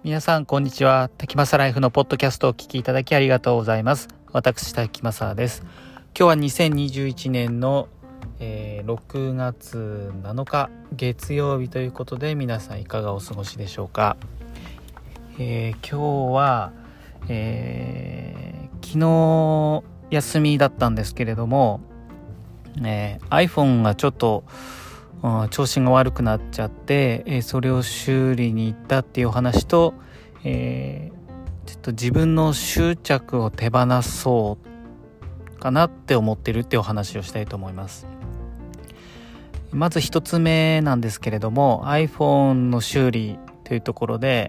皆さんこんにちは。滝正ライフのポッドキャストをお聞きいただきありがとうございます。私滝正です。今日は2021年の、6月7日月曜日ということで、皆さんいかがお過ごしでしょうか。今日は、昨日休みだったんですけれども、iPhone がちょっと調子が悪くなっちゃって、それを修理に行ったっていうお話と、ちょっと自分の執着を手放そうかなって思ってるっていうお話をしたいと思います。まず一つ目なんですけれども、 iPhone の修理というところで、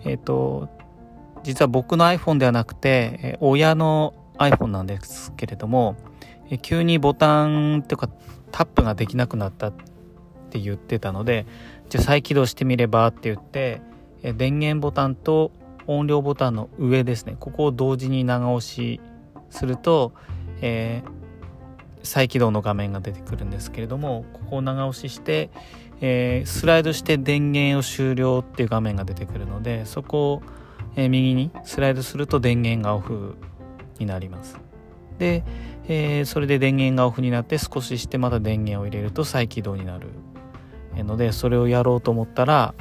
実は僕の iPhone ではなくて、親の iPhone なんですけれども、急にボタンというかタップができなくなったって言ってたので、じゃあ再起動してみればって言って、電源ボタンと音量ボタンの上ですね、ここを同時に長押しすると、再起動の画面が出てくるんですけれども、ここを長押しして、スライドして電源を終了っていう画面が出てくるので、そこを、右にスライドすると電源がオフになります。で、それで電源がオフになって少ししてまた電源を入れると再起動になるので、それをやろうと思ったら、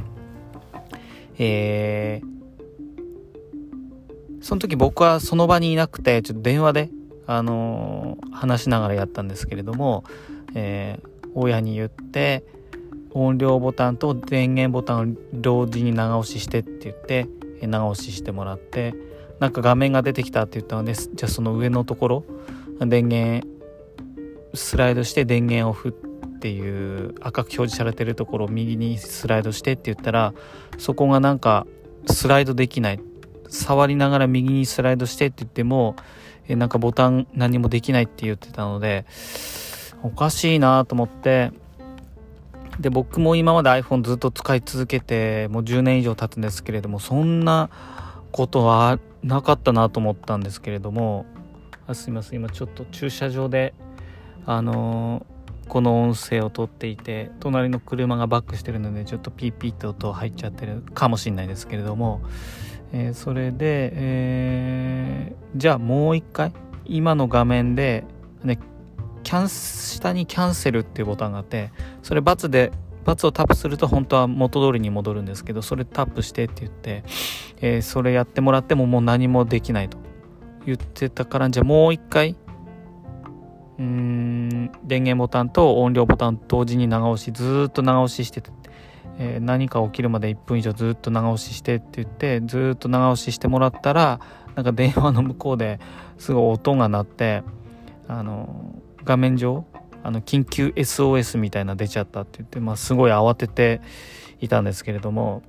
その時僕はその場にいなくて、ちょっと電話で、話しながらやったんですけれども、親に言って音量ボタンと電源ボタンを同時に長押ししてって言って長押ししてもらって、なんか画面が出てきたって言ったので、じゃあその上のところ電源スライドして電源オフっていう赤く表示されてるところを右にスライドしてって言ったら、そこがなんかスライドできない、触りながら右にスライドしてって言ってもなんかボタン何もできないって言ってたので、おかしいなと思って、で僕も今まで iPhone ずっと使い続けてもう10年以上経つんですけれども、そんなことはなかったなと思ったんですけれども、すいません、今ちょっと駐車場でこの音声を撮っていて、隣の車がバックしてるのでちょっとピーピーって音入っちゃってるかもしれないですけれども、それで、じゃあもう一回今の画面で、ね、下にキャンセルっていうボタンがあって、それ×をタップすると本当は元通りに戻るんですけど、それタップしてって言って、それやってもらってももう何もできないと言ってたから、じゃあもう一回電源ボタンと音量ボタン同時に長押し、ずっと長押ししてて、何か起きるまで1分以上ずっと長押ししてって言ってずっと長押ししてもらったら、なんか電話の向こうですごい音が鳴って、画面上緊急 SOS みたいな出ちゃったって言って、すごい慌てていたんですけれども、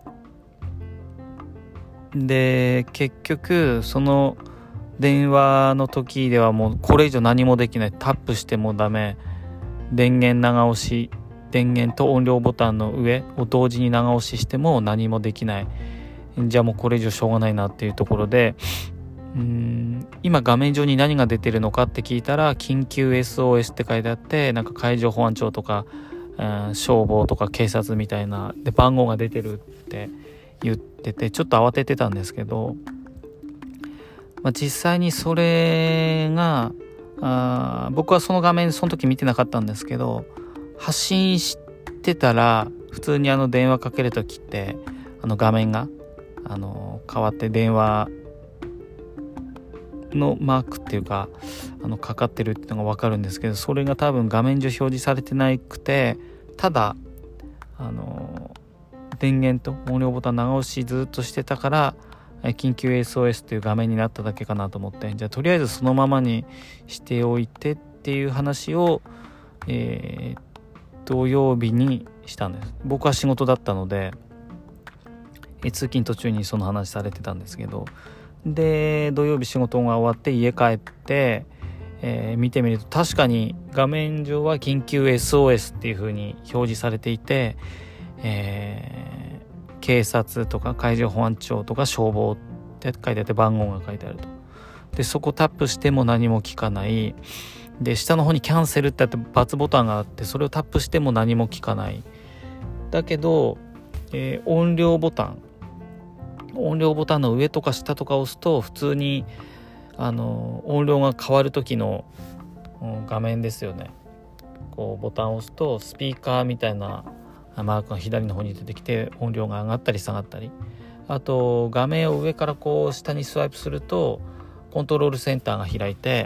で結局その電話の時ではもうこれ以上何もできない、タップしてもダメ、電源長押し、電源と音量ボタンの上を同時に長押ししても何もできない、じゃあもうこれ以上しょうがないなっていうところで、今画面上に何が出てるのかって聞いたら、緊急 SOS って書いてあって、なんか海上保安庁とか、消防とか警察みたいなで番号が出てるって言ってて、ちょっと慌ててたんですけど、実際にそれが僕はその画面その時見てなかったんですけど、発信してたら普通に電話かける時って画面が変わって電話のマークっていうかかかってるっていうのが分かるんですけど、それが多分画面上表示されてなくて、ただ電源と音量ボタン長押しずっとしてたから緊急 SOS っていう画面になっただけかなと思って、じゃあとりあえずそのままにしておいてっていう話を、土曜日にしたんです。僕は仕事だったので、通勤途中にその話されてたんですけど、で土曜日仕事が終わって家帰って、見てみると確かに画面上は緊急 SOS っていう風に表示されていて、警察とか海上保安庁とか消防って書いてあって番号が書いてあると。でそこタップしても何も効かない。で下の方にキャンセルってあって×ボタンがあって、それをタップしても何も効かない。だけど、音量ボタン音量ボタンの上とか下とか押すと普通に音量が変わる時の画面ですよね。こうボタンを押すとスピーカーみたいなマークが左の方に出てきて音量が上がったり下がったり、あと画面を上からこう下にスワイプするとコントロールセンターが開いて、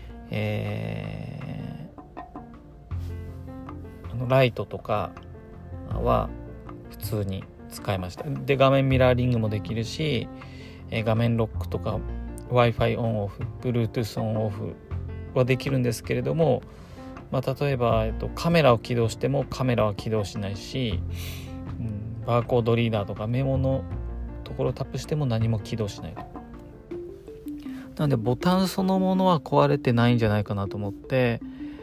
ライトとかは普通に使いました。で画面ミラーリングもできるし、画面ロックとか Wi-Fi オンオフ Bluetooth オンオフはできるんですけれども、例えば、カメラを起動してもカメラは起動しないし、バーコードリーダーとかメモのところをタップしても何も起動しないと。なのでボタンそのものは壊れてないんじゃないかなと思って、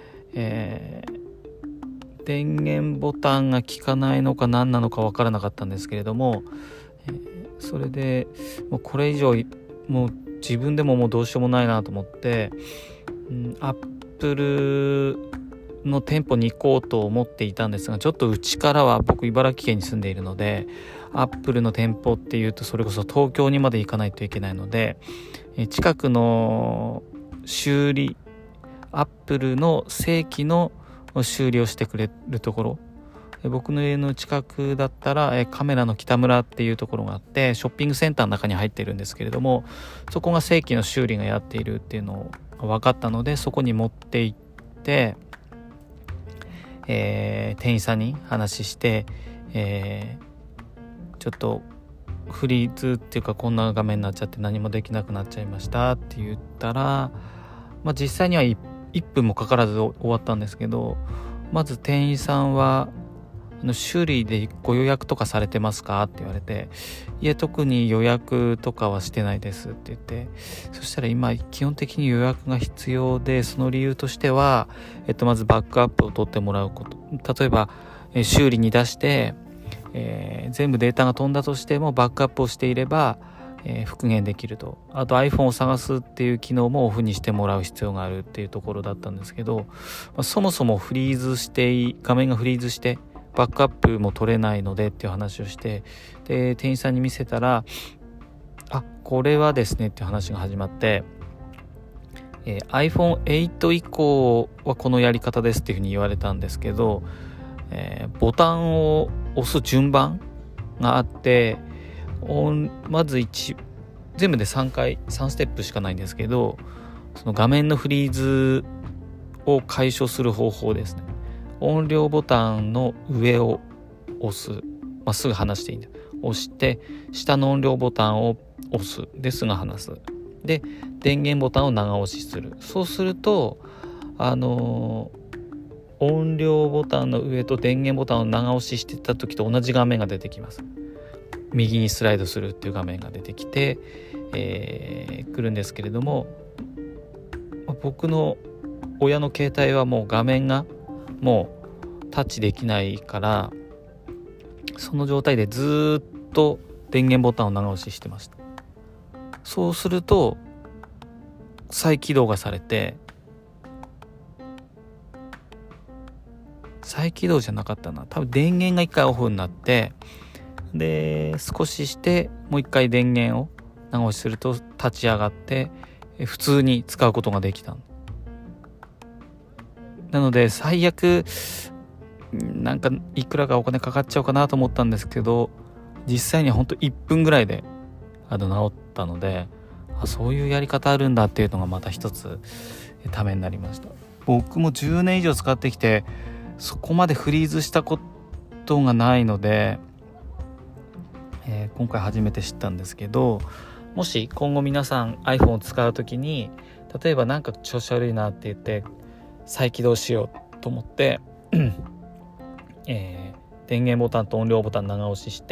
電源ボタンが効かないのか何なのか分からなかったんですけれども、それでもうこれ以上もう自分でももうどうしようもないなと思って、アップルの店舗に行こうと思っていたんですが、ちょっとうちからは僕茨城県に住んでいるので、アップルの店舗っていうとそれこそ東京にまで行かないといけないので、近くの修理アップルの正規の修理をしてくれるところ、僕の家の近くだったらカメラの北村っていうところがあって、ショッピングセンターの中に入ってるんですけれども、そこが正規の修理がやっているっていうのが分かったので、そこに持って行って、店員さんに話して、ちょっとフリーズっていうかこんな画面になっちゃって何もできなくなっちゃいましたって言ったら、実際には1分もかからず終わったんですけど、まず店員さんは修理でご予約とかされてますかって言われて、いや特に予約とかはしてないですって言って、そしたら今基本的に予約が必要で、その理由としては、まずバックアップを取ってもらうこと、例えば修理に出して、全部データが飛んだとしてもバックアップをしていれば、復元できると。あと iPhone を探すっていう機能もオフにしてもらう必要があるっていうところだったんですけど、そもそもフリーズして画面がフリーズしてバックアップも取れないのでっていう話をして、で店員さんに見せたら、これはですねっていう話が始まって、iPhone8 以降はこのやり方ですっていうふうに言われたんですけど、ボタンを押す順番があって、まず全部で3ステップしかないんですけど、その画面のフリーズを解消する方法ですね。音量ボタンの上を押す、すぐ離していいんだ。押して下の音量ボタンを押すですぐ離す。で電源ボタンを長押しする。そうすると音量ボタンの上と電源ボタンを長押ししてた時と同じ画面が出てきます。右にスライドするっていう画面が出てきて、くるんですけれども、僕の親の携帯はもう画面がもうタッチできないから、その状態でずっと電源ボタンを長押ししてました。そうすると再起動がされて、再起動じゃなかったな、多分電源が一回オフになって、で少ししてもう一回電源を長押しすると立ち上がって普通に使うことができた。なので最悪なんかいくらかお金かかっちゃうかなと思ったんですけど、実際にはほんと1分ぐらいで治ったので、そういうやり方あるんだっていうのがまた一つためになりました。僕も10年以上使ってきてそこまでフリーズしたことがないので、今回初めて知ったんですけど、もし今後皆さん iPhone を使うときに、例えばなんか調子悪いなって言って再起動しようと思って電源ボタンと音量ボタン長押しして、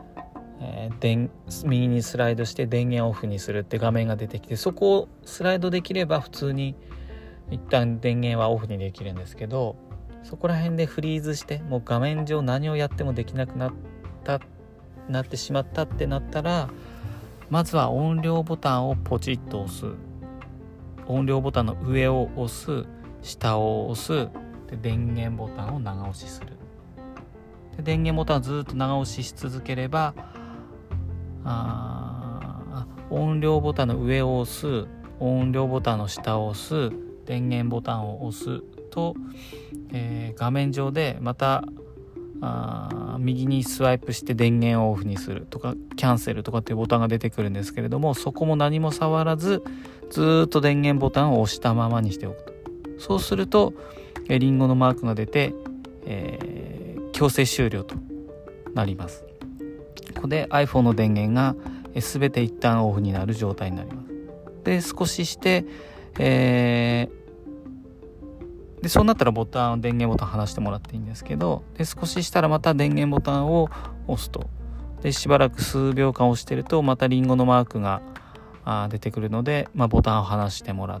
右にスライドして電源オフにするって画面が出てきて、そこをスライドできれば普通に一旦電源はオフにできるんですけど、そこら辺でフリーズしてもう画面上何をやってもできなくなってしまったってなったら、まずは音量ボタンをポチッと押す、音量ボタンの上を押す、下を押す、で電源ボタンを長押しする。で電源ボタンをずっと長押しし続ければ音量ボタンの上を押す、音量ボタンの下を押す、電源ボタンを押すと、画面上でまた右にスワイプして電源をオフにするとかキャンセルとかっていうボタンが出てくるんですけれども、そこも何も触らずずっと電源ボタンを押したままにしておくと。そうするとリンゴのマークが出て、強制終了となります。ここで iPhone の電源が全て一旦オフになる状態になります。で少しして、でそうなったら電源ボタン離してもらっていいんですけど、で少ししたらまた電源ボタンを押すと。でしばらく数秒間押してるとまたリンゴのマークが出てくるので、ボタンを離してもらって、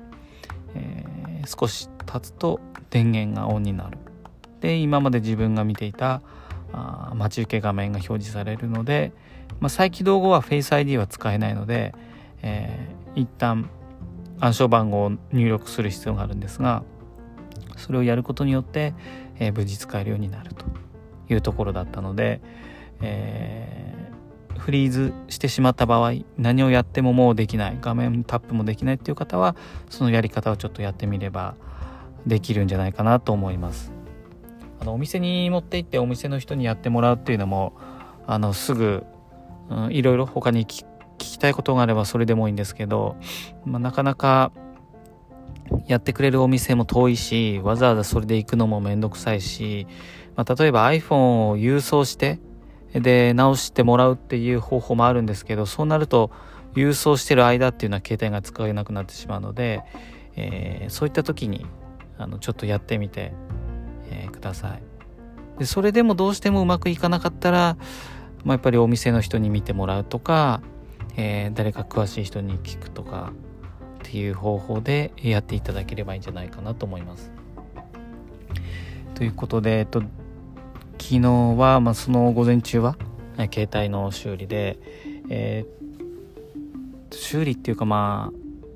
少し経つと電源がオンになる。で今まで自分が見ていた待ち受け画面が表示されるので、再起動後は Face ID は使えないので、一旦暗証番号を入力する必要があるんですが、それをやることによって、無事使えるようになるというところだったので、フリーズしてしまった場合、何をやってももうできない、画面タップもできないっていう方はそのやり方をちょっとやってみればできるんじゃないかなと思います。お店に持って行ってお店の人にやってもらうっていうのもすぐ、いろいろ他に聞きたいことがあればそれでもいいんですけど、なかなかやってくれるお店も遠いし、わざわざそれで行くのもめんどくさいし、例えば iPhone を郵送してで直してもらうっていう方法もあるんですけど、そうなると郵送してる間っていうのは携帯が使えなくなってしまうので、そういった時にちょっとやってみて、ください。でそれでもどうしてもうまくいかなかったら、やっぱりお店の人に見てもらうとか、誰か詳しい人に聞くとかっていう方法でやっていただければいいんじゃないかなと思います。ということで、昨日は、その午前中は携帯の修理で、修理っていうか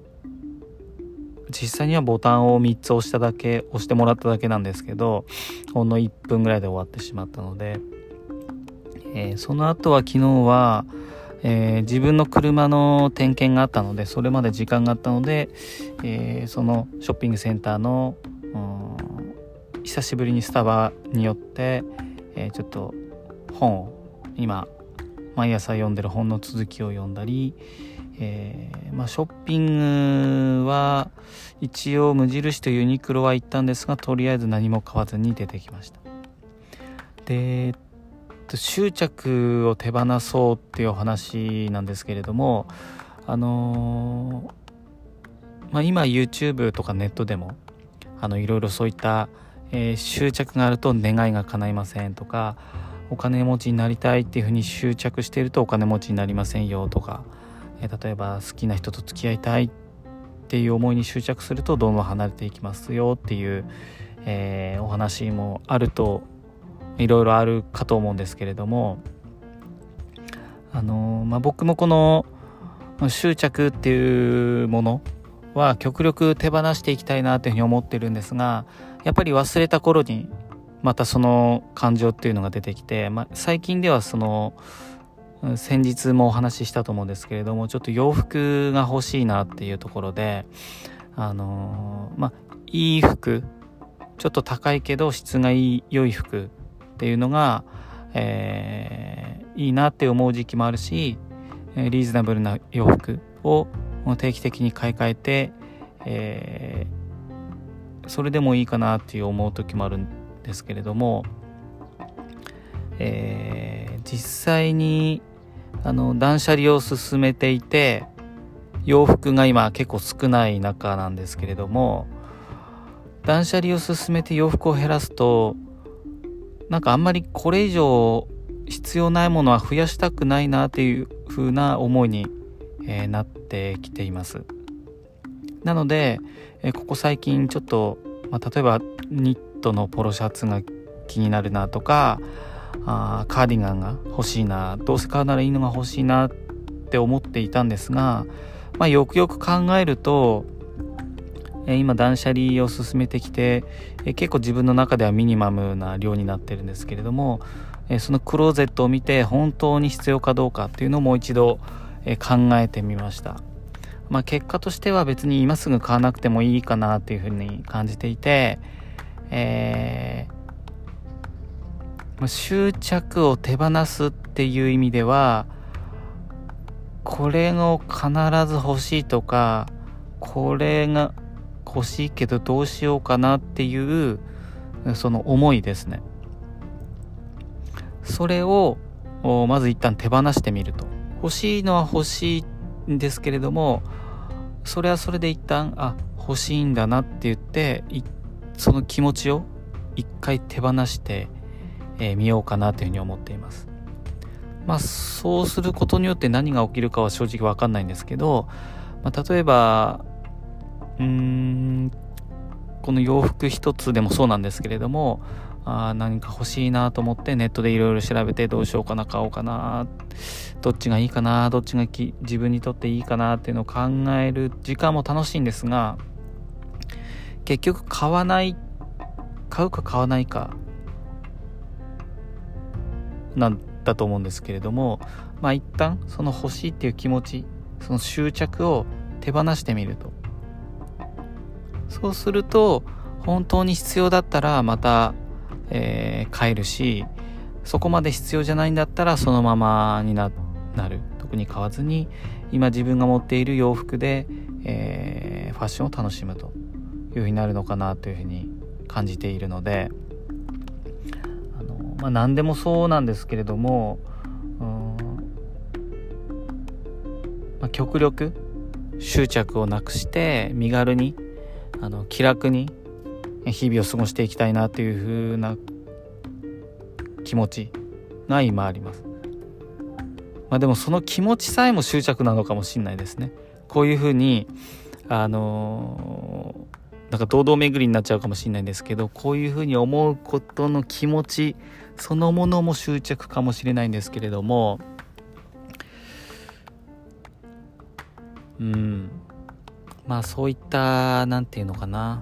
実際にはボタンを3つ押してもらっただけなんですけど、ほんの1分ぐらいで終わってしまったので、その後は昨日は、自分の車の点検があったので、それまで時間があったので、そのショッピングセンターの久しぶりにスタバに寄って、ちょっと本を今毎朝読んでる本の続きを読んだり、ショッピングは一応無印とユニクロは行ったんですが、とりあえず何も買わずに出てきました。で執着を手放そうっていうお話なんですけれども、今 YouTube とかネットでもいろいろそういった、執着があると願いが叶いませんとか、お金持ちになりたいっていうふうに執着しているとお金持ちになりませんよとか、例えば好きな人と付き合いたいっていう思いに執着するとどんどん離れていきますよっていう、お話もあるといろいろあるかと思うんですけれども、僕もこの執着っていうものは極力手放していきたいなというふうに思ってるんですが、やっぱり忘れた頃にまたその感情っていうのが出てきて、最近では先日もお話ししたと思うんですけれども、ちょっと洋服が欲しいなっていうところで、いい服、ちょっと高いけど質が良い服っていうのが、いいなって思う時期もあるし、リーズナブルな洋服を定期的に買い替えて、それでもいいかなっていう思う時もあるんですけれども、実際に断捨離を進めていて、洋服が今結構少ない中なんですけれども、断捨離を進めて洋服を減らすと、あんまりこれ以上必要ないものは増やしたくないなっていう風な思いに、なってきています。なので、ここ最近ちょっと、例えばニットのポロシャツが気になるなとか、カーディガンが欲しいな、どうせ買うならいいのが欲しいなって思っていたんですが、よくよく考えると今断捨離を進めてきて、結構自分の中ではミニマムな量になってるんですけれども、そのクローゼットを見て本当に必要かどうかっていうのをもう一度、考えてみました。結果としては別に今すぐ買わなくてもいいかなっていうふうに感じていて、執着を手放すっていう意味では、これを必ず欲しいとか、これが欲しいけどどうしようかなっていうその思いですね。それをまず一旦手放してみると。欲しいのは欲しいんですけれども、それはそれで一旦欲しいんだなって言ってその気持ちを一回手放してみようかなというふうに思っています。そうすることによって何が起きるかは正直わかんないんですけど、例えばこの洋服一つでもそうなんですけれども、何か欲しいなと思ってネットでいろいろ調べて、どうしようかな、買おうかな、どっちがいいかな、どっちが自分にとっていいかなっていうのを考える時間も楽しいんですが、結局買うか買わないかなんだと思うんですけれども、一旦その欲しいっていう気持ち、その執着を手放してみると、そうすると本当に必要だったらまた買えるし、そこまで必要じゃないんだったらそのままになる。特に買わずに今自分が持っている洋服で、ファッションを楽しむというふうになるのかなというふうに感じているので、何でもそうなんですけれども、極力執着をなくして身軽に気楽に日々を過ごしていきたいなという風な気持ちが今あります。でもその気持ちさえも執着なのかもしれないですね。こういう風になんか堂々巡りになっちゃうかもしれないんですけど、こういう風に思うことの気持ちそのものも執着かもしれないんですけれども、そういったなんていうのかな、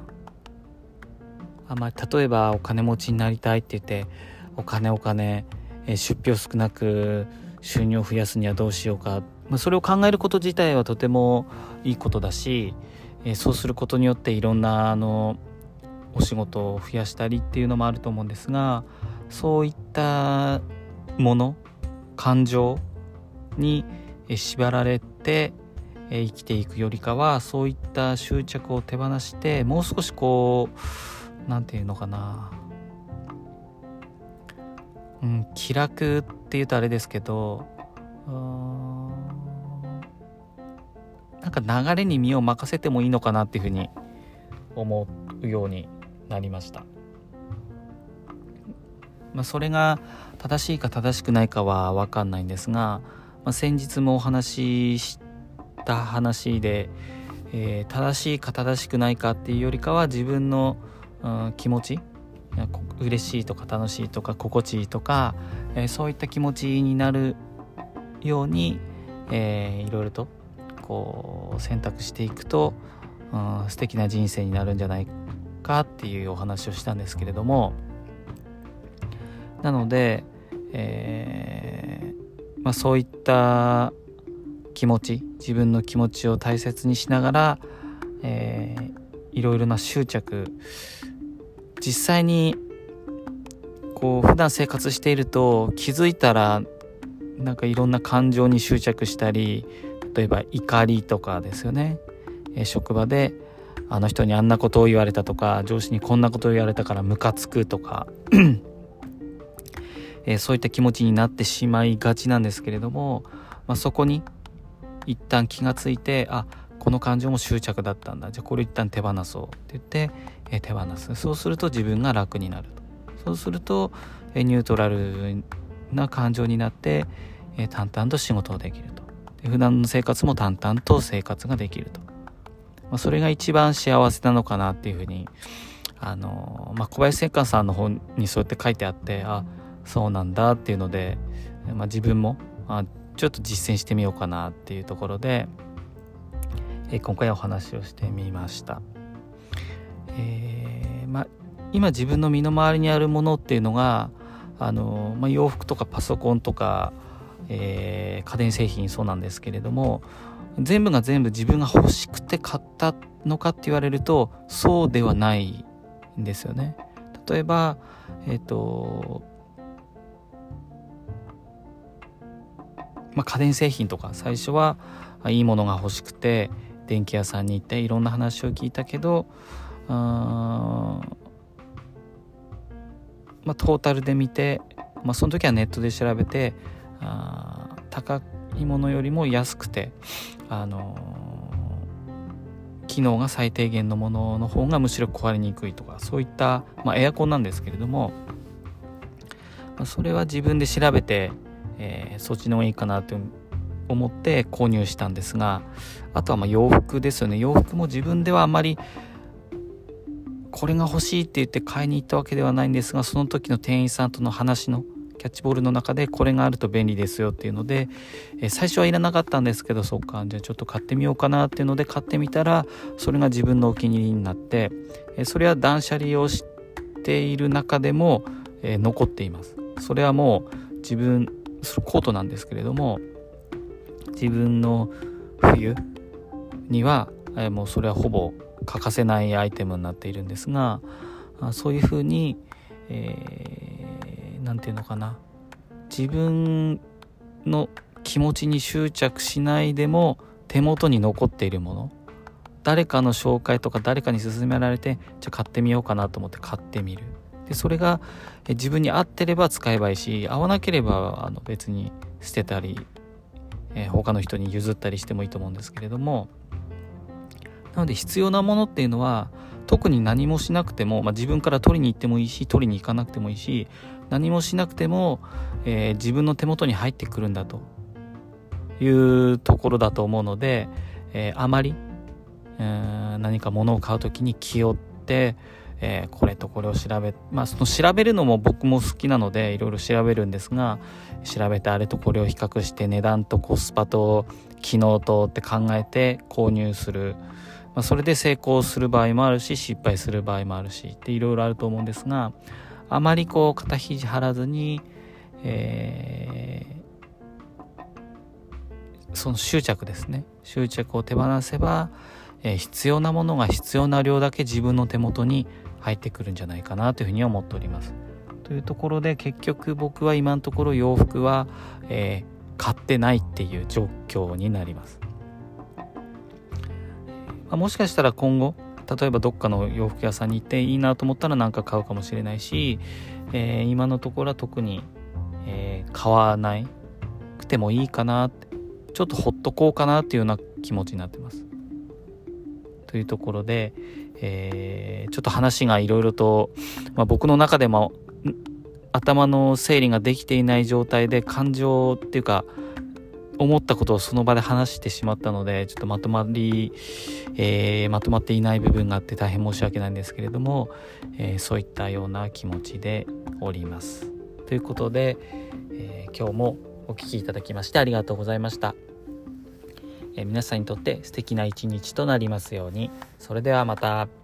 例えばお金持ちになりたいって言ってお金、出費を少なく収入を増やすにはどうしようか、それを考えること自体はとてもいいことだし、そうすることによっていろんなお仕事を増やしたりっていうのもあると思うんですが、そういったもの、感情に縛られて生きていくよりかは、そういった執着を手放して、もう少しなんていうのかな、気楽っていうとあれですけど、なんか流れに身を任せてもいいのかなっていうふうに思うようになりました。それが正しいか正しくないかは分かんないんですが、先日もお話しした話で、正しいか正しくないかっていうよりかは、自分の、気持ち、嬉しいとか楽しいとか心地いいとか、そういった気持ちになるように、いろいろと選択していくと、素敵な人生になるんじゃないかっていうお話をしたんですけれども、なので、そういった気持ち、自分の気持ちを大切にしながら、いろいろな執着、実際に普段生活していると気づいたらなんかいろんな感情に執着したり、例えば怒りとかですよね。職場であの人にあんなことを言われたとか、上司にこんなことを言われたからムカつくとかそういった気持ちになってしまいがちなんですけれども、そこに一旦気がついて、この感情も執着だったんだ、じゃあこれ一旦手放そうって言って、手放す。そうすると自分が楽になると。そうすると、ニュートラルな感情になって、淡々と仕事をできると。で普段の生活も淡々と生活ができると。それが一番幸せなのかなっていうふうに、小林聖寛さんの本にそうやって書いてあって、そうなんだっていうので、自分もちょっと実践してみようかなっていうところで、今回お話をしてみました。 今自分の身の回りにあるものっていうのが洋服とかパソコンとか、家電製品そうなんですけれども、全部が全部自分が欲しくて買ったのかって言われるとそうではないんですよね。例えば家電製品とか、最初はいいものが欲しくて電気屋さんに行っていろんな話を聞いたけど、トータルで見て、その時はネットで調べて高いものよりも安くて機能が最低限のものの方がむしろ壊れにくいとか、そういった、エアコンなんですけれども、それは自分で調べて、そっちの方がいいかなと思って購入したんですが、あとは洋服ですよね。洋服も自分ではあまりこれが欲しいって言って買いに行ったわけではないんですが、その時の店員さんとの話のキャッチボールの中でこれがあると便利ですよっていうので、最初はいらなかったんですけど、そうかじゃあちょっと買ってみようかなっていうので買ってみたら、それが自分のお気に入りになって、それは断捨離をしている中でも、残っています。それはもうそれコートなんですけれども、自分の冬には、もうそれはほぼ欠かせないアイテムになっているんですが、そういうふうに、なんていうのかな、自分の気持ちに執着しないでも手元に残っているもの、誰かの紹介とか誰かに勧められてじゃあ買ってみようかなと思って買ってみる。でそれが自分に合ってれば使えばいいし、合わなければ別に捨てたり、他の人に譲ったりしてもいいと思うんですけれども、なので必要なものっていうのは特に何もしなくても、自分から取りに行ってもいいし、取りに行かなくてもいいし、何もしなくても、自分の手元に入ってくるんだというところだと思うので、あまり何か物を買うときに気負って、これとこれを調べ、その調べるのも僕も好きなのでいろいろ調べるんですが、調べてあれとこれを比較して値段とコスパと機能とって考えて購入する、それで成功する場合もあるし失敗する場合もあるしっていろいろあると思うんですが、あまり肩肘張らずに、その執着ですね、執着を手放せば、必要なものが必要な量だけ自分の手元に入ってくるんじゃないかなというふうに思っております。というところで結局僕は今のところ洋服は、買ってないっていう状況になります。もしかしたら今後例えばどっかの洋服屋さんに行っていいなと思ったら何か買うかもしれないし、今のところは特に、買わなくてもいいかなって、ちょっとほっとこうかなっていうような気持ちになってます。というところで、ちょっと話がいろいろと、僕の中でも頭の整理ができていない状態で感情っていうか思ったことをその場で話してしまったので、ちょっとまとまっていない部分があって大変申し訳ないんですけれども、そういったような気持ちでおります。ということで、今日もお聞きいただきましてありがとうございました。皆さんにとって素敵な一日となりますように。それではまた。